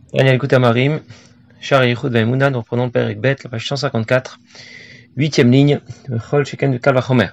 Daniel écoute Amarim, Shari Yichud Vaimuna, nous reprenons le Perek Bet, la page 154, 8e ligne, Chol Sheken de Kalvachomer.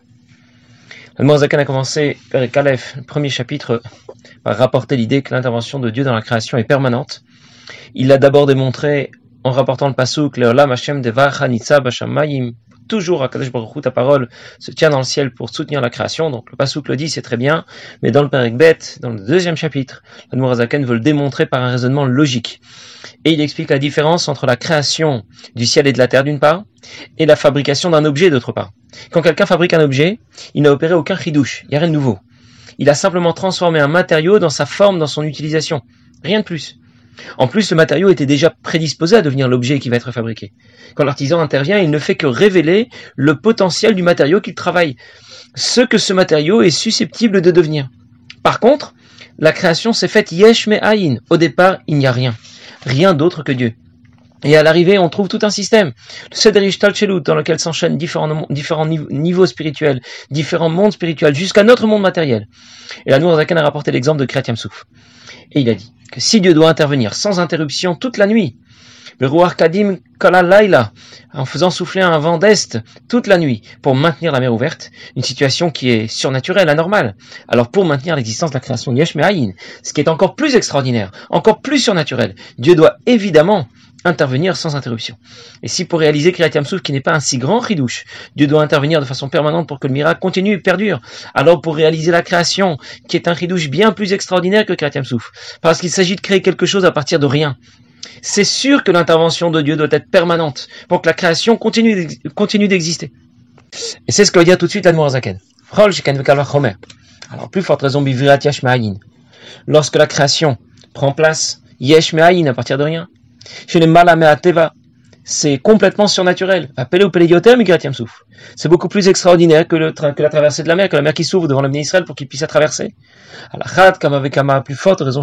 Le Zakan a commencé Perek Aleph, le premier chapitre, par rapporter l'idée que l'intervention de Dieu dans la création est permanente. Il l'a d'abord démontré en rapportant le pasuk Leolam Hashem Devar Hanitza Bashamayim. Toujours à Kadosh Baruch Hu, ta parole se tient dans le ciel pour soutenir la création. Donc le pasuk le dit, c'est très bien, mais dans le Perek Bet, dans le deuxième chapitre, l'Admor Zaken veut le démontrer par un raisonnement logique. Et il explique la différence entre la création du ciel et de la terre d'une part, et la fabrication d'un objet d'autre part. Quand quelqu'un fabrique un objet, il n'a opéré aucun chidouche, il n'y a rien de nouveau. Il a simplement transformé un matériau dans sa forme, dans son utilisation. Rien de plus. En plus, le matériau était déjà prédisposé à devenir l'objet qui va être fabriqué. Quand l'artisan intervient, il ne fait que révéler le potentiel du matériau qu'il travaille, ce que ce matériau est susceptible de devenir. Par contre, la création s'est faite yesh me'ayin. Au départ, il n'y a rien. Rien d'autre que Dieu. Et à l'arrivée, on trouve tout un système. Le Sederish Talchelut, dans lequel s'enchaînent différents niveaux spirituels, différents mondes spirituels, jusqu'à notre monde matériel. Et la Nour Zaken a rapporté l'exemple de Kriyat Yamsouf. Et il a dit que si Dieu doit intervenir sans interruption toute la nuit, le Ruach Kadim Kala Laila, en faisant souffler un vent d'est toute la nuit pour maintenir la mer ouverte, une situation qui est surnaturelle, anormale. Alors pour maintenir l'existence de la création Yesh Me'ayin, ce qui est encore plus extraordinaire, encore plus surnaturel, Dieu doit évidemment intervenir sans interruption. Et si pour réaliser Kriyat Yamsouf, qui n'est pas un si grand chidouche, Dieu doit intervenir de façon permanente pour que le miracle continue et perdure, alors pour réaliser la création, qui est un chidouche bien plus extraordinaire que Kriyat Yamsouf, parce qu'il s'agit de créer quelque chose à partir de rien, c'est sûr que l'intervention de Dieu doit être permanente pour que la création continue d'exister. Et c'est ce que va dire tout de suite l'Admor Zaken. Alors plus forte raison bivriat yesh me'ayin. Lorsque la création prend place yesh me'ayin à partir de rien, chez les malameateva, c'est complètement surnaturel. Appelé au Pélédiotem, Kriyat Yamsouf. C'est beaucoup plus extraordinaire que la traversée de la mer, que la mer qui s'ouvre devant le Bnei Israël pour qu'il puisse la traverser. Alachat, comme avec Ama, plus forte raison,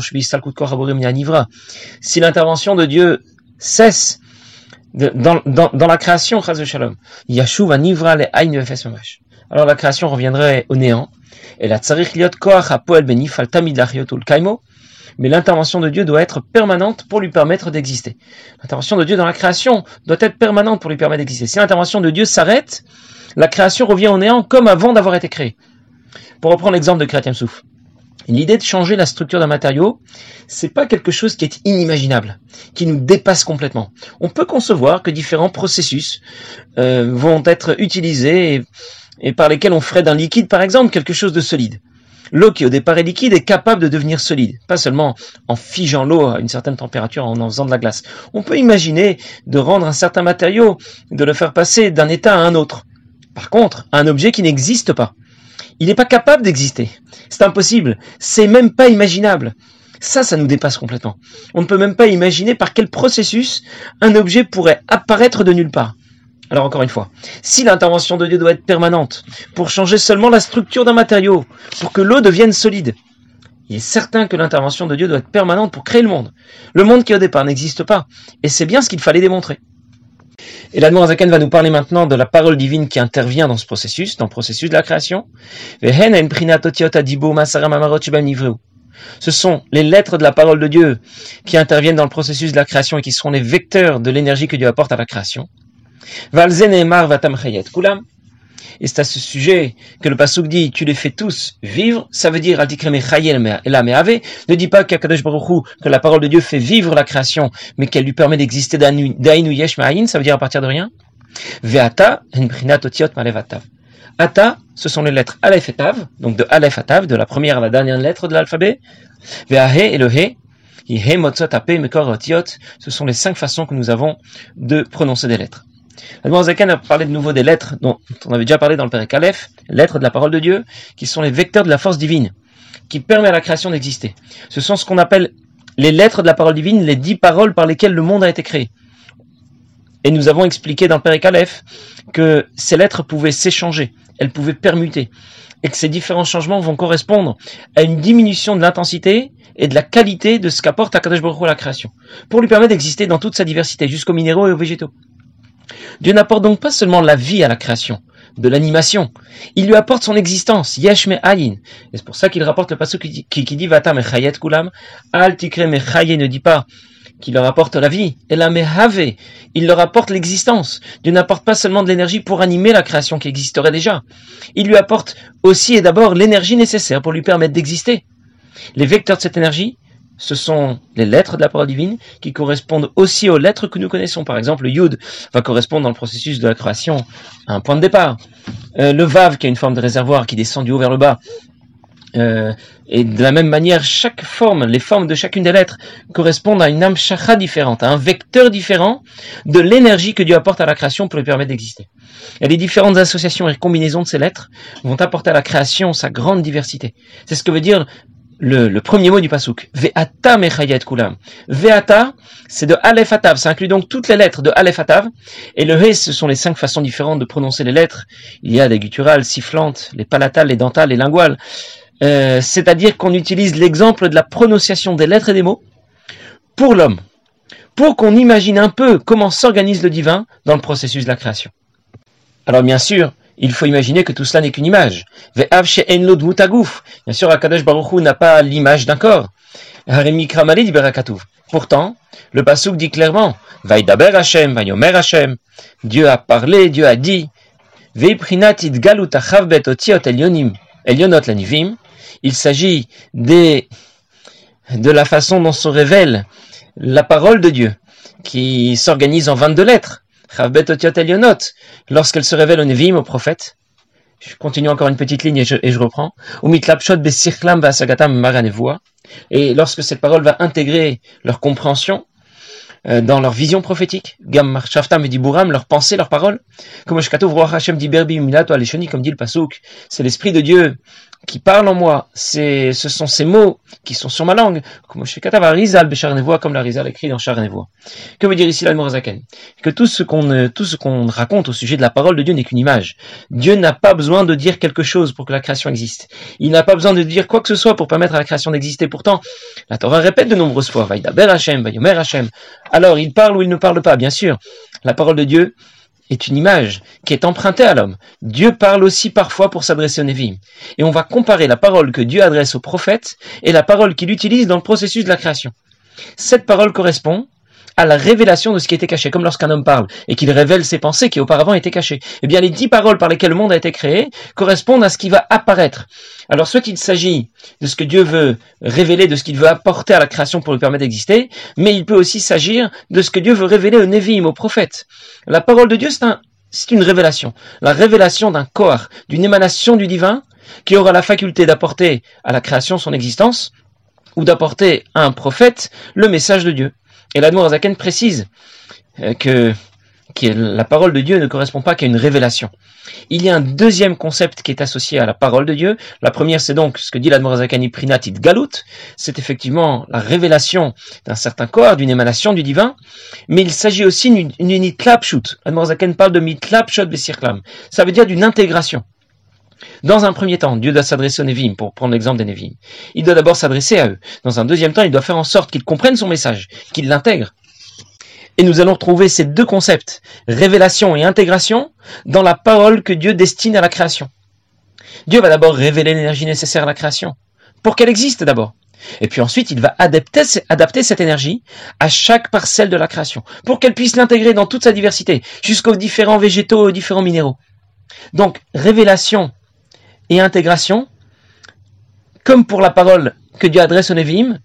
si l'intervention de Dieu cesse dans la création, Chaz Shalom, Yashuv Anivra le Aïn Vefes Mamash. Alors la création reviendrait au néant. Et la Tsarich Liot Koach Hapoel Benifal Tamid Lachiotul Kaimo. Mais l'intervention de Dieu doit être permanente pour lui permettre d'exister. L'intervention de Dieu dans la création doit être permanente pour lui permettre d'exister. Si l'intervention de Dieu s'arrête, la création revient au néant comme avant d'avoir été créée. Pour reprendre l'exemple de Kriyat Yamsouf, l'idée de changer la structure d'un matériau, c'est pas quelque chose qui est inimaginable, qui nous dépasse complètement. On peut concevoir que différents processus vont être utilisés et par lesquels on ferait d'un liquide, par exemple, quelque chose de solide. L'eau qui au départ est liquide est capable de devenir solide, pas seulement en figeant l'eau à une certaine température, en faisant de la glace. On peut imaginer de rendre un certain matériau, de le faire passer d'un état à un autre. Par contre, un objet qui n'existe pas, il n'est pas capable d'exister. C'est impossible, c'est même pas imaginable. Ça nous dépasse complètement. On ne peut même pas imaginer par quel processus un objet pourrait apparaître de nulle part. Alors encore une fois, si l'intervention de Dieu doit être permanente, pour changer seulement la structure d'un matériau, pour que l'eau devienne solide, il est certain que l'intervention de Dieu doit être permanente pour créer le monde. Le monde qui au départ n'existe pas. Et c'est bien ce qu'il fallait démontrer. Et l'Admor Zaken va nous parler maintenant de la parole divine qui intervient dans ce processus, dans le processus de la création. Ce sont les lettres de la parole de Dieu qui interviennent dans le processus de la création et qui seront les vecteurs de l'énergie que Dieu apporte à la création. Et c'est à ce sujet que le pasuk dit, tu les fais tous vivre. Ça veut dire, ne dis pas qu'Akadosh Baruch Hu, que la parole de Dieu fait vivre la création, mais qu'elle lui permet d'exister d'Ainu Yesh Ma'ayin, ça veut dire à partir de rien. Ve'ata, Ata, ce sont les lettres Aleph et Tav, donc de Aleph à Tav, de la première à la dernière lettre de l'alphabet. Ve'ahe et le He, ce sont les 5 façons que nous avons de prononcer des lettres. L'Admor Zaken a parlé de nouveau des lettres dont on avait déjà parlé dans le Perek Aleph, lettres de la parole de Dieu, qui sont les vecteurs de la force divine, qui permet à la création d'exister. Ce sont ce qu'on appelle les lettres de la parole divine, les 10 paroles par lesquelles le monde a été créé. Et nous avons expliqué dans le Perek Aleph que ces lettres pouvaient s'échanger, elles pouvaient permuter, et que ces différents changements vont correspondre à une diminution de l'intensité et de la qualité de ce qu'apporte Akadosh Baruch Hu à la création, pour lui permettre d'exister dans toute sa diversité, jusqu'aux minéraux et aux végétaux. Dieu n'apporte donc pas seulement la vie à la création, de l'animation, il lui apporte son existence, yesh me'ayin. Et c'est pour ça qu'il rapporte le pasuk qui dit Vata mechayet kulam, al tikre mechaye, ne dit pas qui leur apporte la vie, et la mehave, il leur apporte l'existence. Dieu n'apporte pas seulement de l'énergie pour animer la création qui existerait déjà. Il lui apporte aussi et d'abord l'énergie nécessaire pour lui permettre d'exister. Les vecteurs de cette énergie, ce sont les lettres de la parole divine qui correspondent aussi aux lettres que nous connaissons. Par exemple, le Yud va correspondre dans le processus de la création à un point de départ. Le Vav, qui a une forme de réservoir qui descend du haut vers le bas. Et de la même manière, chaque forme, les formes de chacune des lettres correspondent à une amshacha différente, à un vecteur différent de l'énergie que Dieu apporte à la création pour lui permettre d'exister. Et les différentes associations et combinaisons de ces lettres vont apporter à la création sa grande diversité. C'est ce que veut dire le premier mot du pasuk. Ve'ata mechayet kulam. Ve'ata, c'est de Aleph à Tav. Ça inclut donc toutes les lettres de Aleph à Tav. Et le He, ce sont les 5 façons différentes de prononcer les lettres. Il y a les gutturales, sifflantes, les palatales, les dentales, les linguales. C'est-à-dire qu'on utilise l'exemple de la prononciation des lettres et des mots pour l'homme, pour qu'on imagine un peu comment s'organise le divin dans le processus de la création. Alors bien sûr, il faut imaginer que tout cela n'est qu'une image. Bien sûr, Akadosh Baruch Hu n'a pas l'image d'un corps. Pourtant, le pasuk dit clairement, Vaidaber Hashem, Vayomer Hashem, Dieu a parlé, Dieu a dit, il s'agit de la façon dont se révèle la parole de Dieu, qui s'organise en 22 lettres. Lorsqu'elle se révèle au Nevi'im, au prophète. Je continue encore une petite ligne et je reprends. Et lorsque cette parole va intégrer leur compréhension, dans leur vision prophétique, leur pensée, leur parole, comme dit le pasuk, c'est l'esprit de Dieu qui parle en moi, ce sont ces mots qui sont sur ma langue, comme la Rizal écrit dans Sha'ar Nevoa. Que veut dire ici l'Admor HaZaken? Que tout ce qu'on raconte au sujet de la parole de Dieu n'est qu'une image. Dieu n'a pas besoin de dire quelque chose pour que la création existe. Il n'a pas besoin de dire quoi que ce soit pour permettre à la création d'exister. Pourtant, la Torah répète de nombreuses fois, Vaidaber Hashem, Vayomer Hashem. Alors, il parle ou il ne parle pas, bien sûr. La parole de Dieu est une image qui est empruntée à l'homme. Dieu parle aussi parfois pour s'adresser aux Nevi'im. Et on va comparer la parole que Dieu adresse aux prophètes et la parole qu'il utilise dans le processus de la création. Cette parole correspond à la révélation de ce qui était caché, comme lorsqu'un homme parle et qu'il révèle ses pensées qui auparavant étaient cachées. Eh bien, les 10 paroles par lesquelles le monde a été créé correspondent à ce qui va apparaître. Alors, soit il s'agit de ce que Dieu veut révéler, de ce qu'il veut apporter à la création pour lui permettre d'exister, mais il peut aussi s'agir de ce que Dieu veut révéler aux Nevi'im, aux prophètes. La parole de Dieu, c'est une révélation. La révélation d'un koach, d'une émanation du divin, qui aura la faculté d'apporter à la création son existence, ou d'apporter à un prophète le message de Dieu. Et l'Admor HaZaken précise que la parole de Dieu ne correspond pas qu'à une révélation. Il y a un deuxième concept qui est associé à la parole de Dieu. La première, c'est donc ce que dit l'Admor HaZaken, Prinatit Galut. C'est effectivement la révélation d'un certain corps, d'une émanation du divin. Mais il s'agit aussi d'une mitlapshut. L'Admor HaZaken parle de mitlapshut besirklam. Ça veut dire d'une intégration. Dans un premier temps, Dieu doit s'adresser aux Nevi'im, pour prendre l'exemple des Nevi'im. Il doit d'abord s'adresser à eux. Dans un deuxième temps, il doit faire en sorte qu'ils comprennent son message, qu'ils l'intègrent. Et nous allons retrouver ces deux concepts, révélation et intégration, dans la parole que Dieu destine à la création. Dieu va d'abord révéler l'énergie nécessaire à la création, pour qu'elle existe d'abord. Et puis ensuite, il va adapter cette énergie à chaque parcelle de la création, pour qu'elle puisse l'intégrer dans toute sa diversité, jusqu'aux différents végétaux, aux différents minéraux. Donc, révélation et intégration, comme pour la parole que Dieu adresse aux Nevi'im,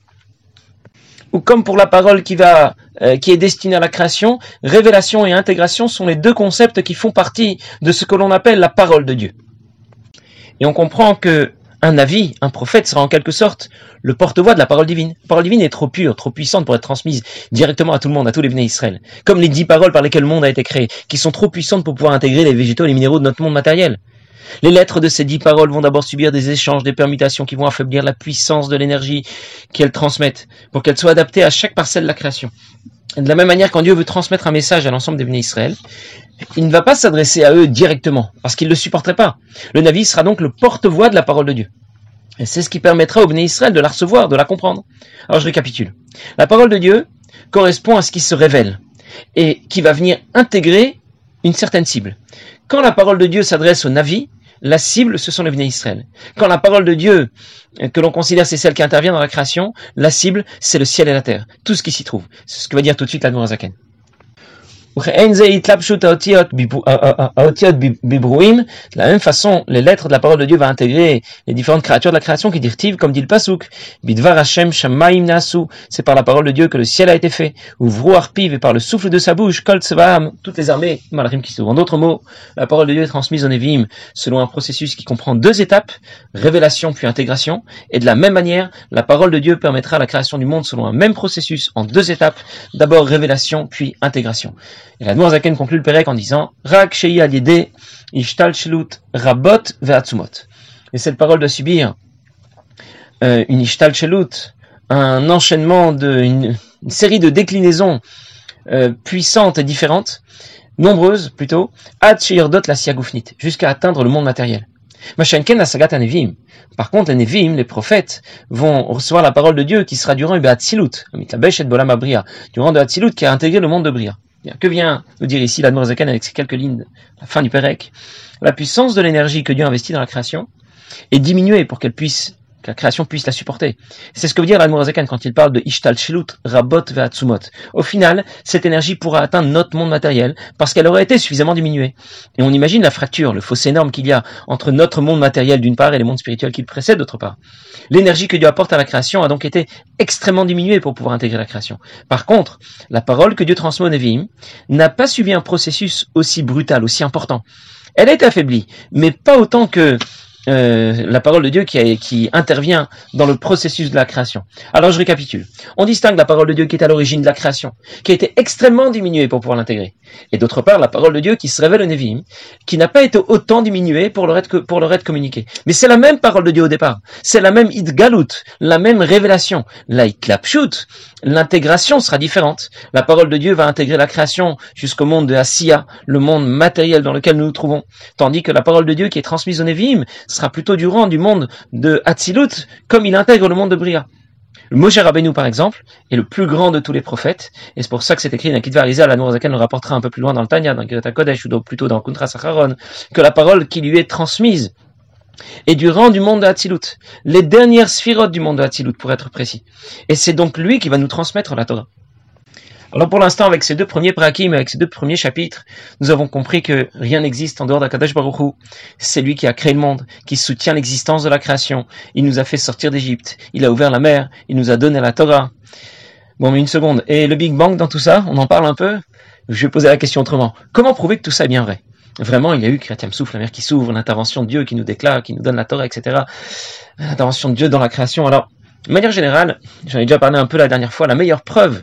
ou comme pour la parole qui est destinée à la création, révélation et intégration sont les deux concepts qui font partie de ce que l'on appelle la parole de Dieu. Et on comprend que un navi, un prophète, sera en quelque sorte le porte-voix de la parole divine. La parole divine est trop pure, trop puissante pour être transmise directement à tout le monde, à tous les Bnei Israël. Comme les 10 paroles par lesquelles le monde a été créé, qui sont trop puissantes pour pouvoir intégrer les végétaux et les minéraux de notre monde matériel. Les lettres de ces 10 paroles vont d'abord subir des échanges, des permutations qui vont affaiblir la puissance de l'énergie qu'elles transmettent, pour qu'elles soient adaptées à chaque parcelle de la création. Et de la même manière, quand Dieu veut transmettre un message à l'ensemble des Bnei Israël, il ne va pas s'adresser à eux directement, parce qu'ils ne le supporteraient pas. Le Navi sera donc le porte-voix de la parole de Dieu. Et c'est ce qui permettra aux Bnei Israël de la recevoir, de la comprendre. Alors je récapitule. La parole de Dieu correspond à ce qui se révèle, et qui va venir intégrer une certaine cible. Quand la parole de Dieu s'adresse au Navi, la cible, ce sont les Bnei Israël. Quand la parole de Dieu, que l'on considère c'est celle qui intervient dans la création, la cible, c'est le ciel et la terre. Tout ce qui s'y trouve. C'est ce que va dire tout de suite l'Admor HaZaken. De la même façon, les lettres de la parole de Dieu vont intégrer les différentes créatures de la création qui dirent comme dit le Pasuk, Bidvar Hashem Shamayim Nasu, c'est par la parole de Dieu que le ciel a été fait, ou Vruach Piv, et par le souffle de sa bouche, Kol Tsevaam, toutes les armées, Malachim qui s'ouvrent. En d'autres mots, la parole de Dieu est transmise aux Nevi'im selon un processus qui comprend 2 étapes, révélation puis intégration, et de la même manière, la parole de Dieu permettra la création du monde selon un même processus en 2 étapes, d'abord révélation puis intégration. Et l'Admor HaZaken conclut le Pérec en disant Rak shei al yedei ishtalshelut rabot ve'atzumot. Et cette parole doit subir une ishtalshelut, un enchaînement une série de déclinaisons puissantes et différentes, nombreuses plutôt, ad sheirdot la siagufnit, jusqu'à atteindre le monde matériel. Mashenken asagat haneviim. Par contre, les Nevi'im, les prophètes, vont recevoir la parole de Dieu qui sera durant Hatzilut, mitlabesh et bolam abria, durant de Hatzilut qui a intégré le monde de Bria. Que vient nous dire ici l'Admor HaZaken avec ces quelques lignes à la fin du Pérec? La puissance de l'énergie que Dieu investit dans la création est diminuée pour que la création puisse la supporter. C'est ce que veut dire l'Admor HaZaken quand il parle de Ishtalshelut, Rabot ve'atzumot. Au final, cette énergie pourra atteindre notre monde matériel parce qu'elle aurait été suffisamment diminuée. Et on imagine la fracture, le fossé énorme qu'il y a entre notre monde matériel d'une part et les mondes spirituels qui le précèdent d'autre part. L'énergie que Dieu apporte à la création a donc été extrêmement diminuée pour pouvoir intégrer la création. Par contre, la parole que Dieu transmet aux Nevi'im n'a pas suivi un processus aussi brutal, aussi important. Elle est affaiblie, mais pas autant que la parole de Dieu qui intervient dans le processus de la création. Alors je récapitule. On distingue la parole de Dieu qui est à l'origine de la création, qui a été extrêmement diminuée pour pouvoir l'intégrer. Et d'autre part, la parole de Dieu qui se révèle aux Nevi'im, qui n'a pas été autant diminuée pour leur être communiquée. Mais c'est la même parole de Dieu au départ. C'est la même Idgalut, la même révélation. La Iklapshut, l'intégration sera différente. La parole de Dieu va intégrer la création jusqu'au monde de Asiya, le monde matériel dans lequel nous nous trouvons. Tandis que la parole de Dieu qui est transmise aux Nevi'im sera plutôt du monde de Hatzilut, comme il intègre le monde de Bria. Le Moshe Rabbeinu, par exemple, est le plus grand de tous les prophètes, et c'est pour ça que c'est écrit dans Kitvar Arizal, l'Admor HaZaken le rapportera un peu plus loin dans le Tanya, dans Gerat HaKodesh, ou plutôt dans Kuntras Acharon, que la parole qui lui est transmise est du rang du monde de Hatzilut, les dernières sphirotes du monde de Hatzilut, pour être précis. Et c'est donc lui qui va nous transmettre la Torah. Alors pour l'instant, avec ces 2 premiers prakim, avec ces 2 premiers chapitres, nous avons compris que rien n'existe en dehors d'Akadosh Baruch Hu. C'est lui qui a créé le monde, qui soutient l'existence de la création. Il nous a fait sortir d'Égypte, il a ouvert la mer, il nous a donné la Torah. Bon, mais une seconde. Et le Big Bang dans tout ça, on en parle un peu? Je vais poser la question autrement. Comment prouver que tout ça est bien vrai? Vraiment, il y a eu Kriyat Yam Souf, la mer qui s'ouvre, l'intervention de Dieu qui nous déclare, qui nous donne la Torah, etc. L'intervention de Dieu dans la création. Alors, de manière générale, j'en ai déjà parlé un peu la dernière fois, la meilleure preuve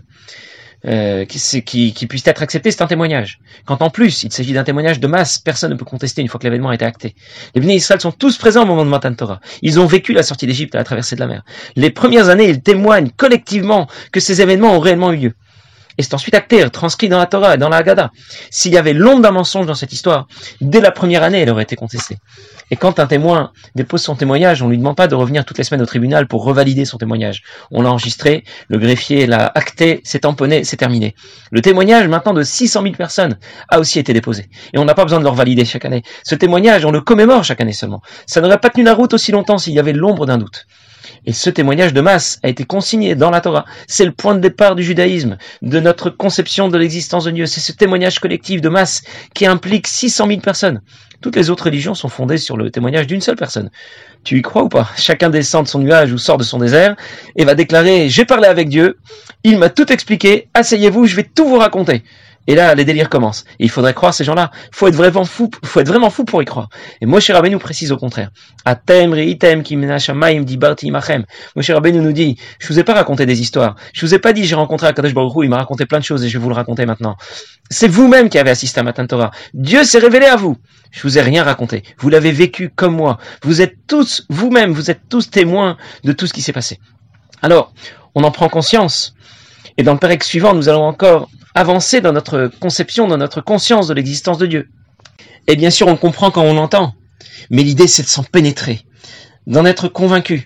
qui puisse être accepté, c'est un témoignage. Quand en plus il s'agit d'un témoignage de masse, personne ne peut contester une fois que l'événement a été acté. Les Bnei Israël sont tous présents au moment de Matan Torah. Ils ont vécu la sortie d'Égypte à la traversée de la mer. Les premières années, ils témoignent collectivement que ces événements ont réellement eu lieu. Et c'est ensuite acté, transcrit dans la Torah et dans la Haggadah. S'il y avait l'ombre d'un mensonge dans cette histoire, dès la première année, elle aurait été contestée. Et quand un témoin dépose son témoignage, on ne lui demande pas de revenir toutes les semaines au tribunal pour revalider son témoignage. On l'a enregistré, le greffier l'a acté, c'est tamponné, c'est terminé. Le témoignage maintenant de 600 000 personnes a aussi été déposé. Et on n'a pas besoin de le revalider chaque année. Ce témoignage, on le commémore chaque année seulement. Ça n'aurait pas tenu la route aussi longtemps s'il y avait l'ombre d'un doute. Et ce témoignage de masse a été consigné dans la Torah. C'est le point de départ du judaïsme, de notre conception de l'existence de Dieu. C'est ce témoignage collectif de masse qui implique 600 000 personnes. Toutes les autres religions sont fondées sur le témoignage d'une seule personne. Tu y crois ou pas? Chacun descend de son nuage ou sort de son désert et va déclarer « J'ai parlé avec Dieu, il m'a tout expliqué, asseyez-vous, je vais tout vous raconter ». Et là, les délires commencent. Et il faudrait croire ces gens-là. Faut être vraiment fou pour y croire. Et Moshe Rabbeinu précise au contraire. Atem reitem ki menashamayim dibarti imachem. Moshe Rabbeinu nous dit, je vous ai pas raconté des histoires. Je vous ai pas dit, j'ai rencontré Akadosh Baruch Hu, il m'a raconté plein de choses et je vais vous le raconter maintenant. C'est vous-même qui avez assisté à Matan Torah. Dieu s'est révélé à vous. Je vous ai rien raconté. Vous l'avez vécu comme moi. Vous êtes tous, vous-même, vous êtes tous témoins de tout ce qui s'est passé. Alors, on en prend conscience. Et dans le pérec suivant, nous allons encore avancer dans notre conception, dans notre conscience de l'existence de Dieu. Et bien sûr, on comprend quand on l'entend. Mais l'idée, c'est de s'en pénétrer, d'en être convaincu.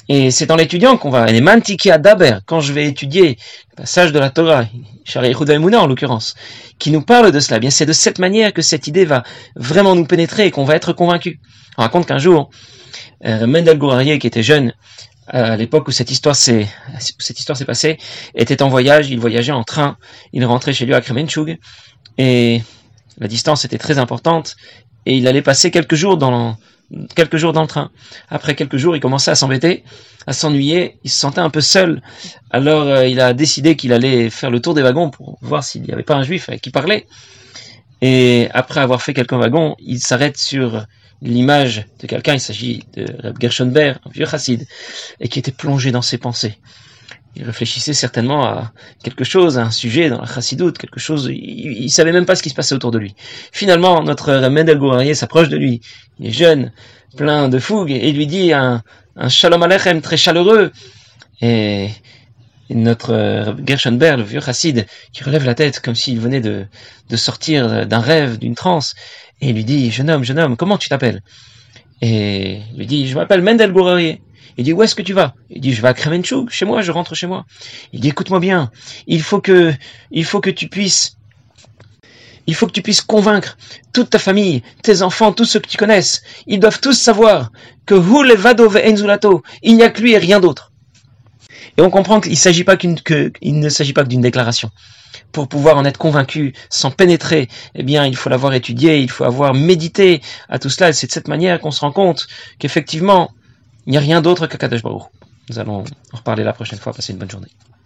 Et c'est dans l'étudiant qu'on va, quand je vais étudier le passage de la Torah, Shari Yehuda Emouna en l'occurrence, qui nous parle de cela, eh bien c'est de cette manière que cette idée va vraiment nous pénétrer et qu'on va être convaincu. On raconte qu'un jour, Mendel Gourarier, qui était jeune, à l'époque où cette histoire s'est passée, était en voyage, il voyageait en train, il rentrait chez lui à Kremenchug, et la distance était très importante, et il allait passer quelques jours dans le train. Après quelques jours, il commençait à s'embêter, à s'ennuyer, il se sentait un peu seul. Alors il a décidé qu'il allait faire le tour des wagons pour voir s'il n'y avait pas un juif avec qui parler. Et après avoir fait quelques wagons, il s'arrête sur l'image de quelqu'un, il s'agit de Reb Gershon Ber, un vieux chassid, et qui était plongé dans ses pensées. Il réfléchissait certainement à quelque chose, à un sujet dans la chassidoute, quelque chose, il savait même pas ce qui se passait autour de lui. Finalement, notre Mendel Gourarier s'approche de lui. Il est jeune, plein de fougue, et il lui dit un shalom aleichem très chaleureux. Et notre Gershon Ber, le vieux chassid, qui relève la tête comme s'il venait de sortir d'un rêve, d'une transe, et il lui dit, jeune homme, comment tu t'appelles? Et il lui dit, je m'appelle Mendel Gourarier. Il dit, où est-ce que tu vas? Il dit, je vais à Kremenchug, chez moi, je rentre chez moi. Il dit, écoute-moi bien, il faut que tu puisses convaincre toute ta famille, tes enfants, tous ceux que tu connaisses. Ils doivent tous savoir que Hu levado ve'en, il n'y a que lui et rien d'autre. Et on comprend qu'il ne s'agit pas que d'une déclaration. Pour pouvoir en être convaincu, s'en pénétrer, eh bien, il faut l'avoir étudié, il faut avoir médité à tout cela. Et c'est de cette manière qu'on se rend compte qu'effectivement, il n'y a rien d'autre qu'Akadosh Baruch Hu. Nous allons en reparler la prochaine fois. Passez une bonne journée.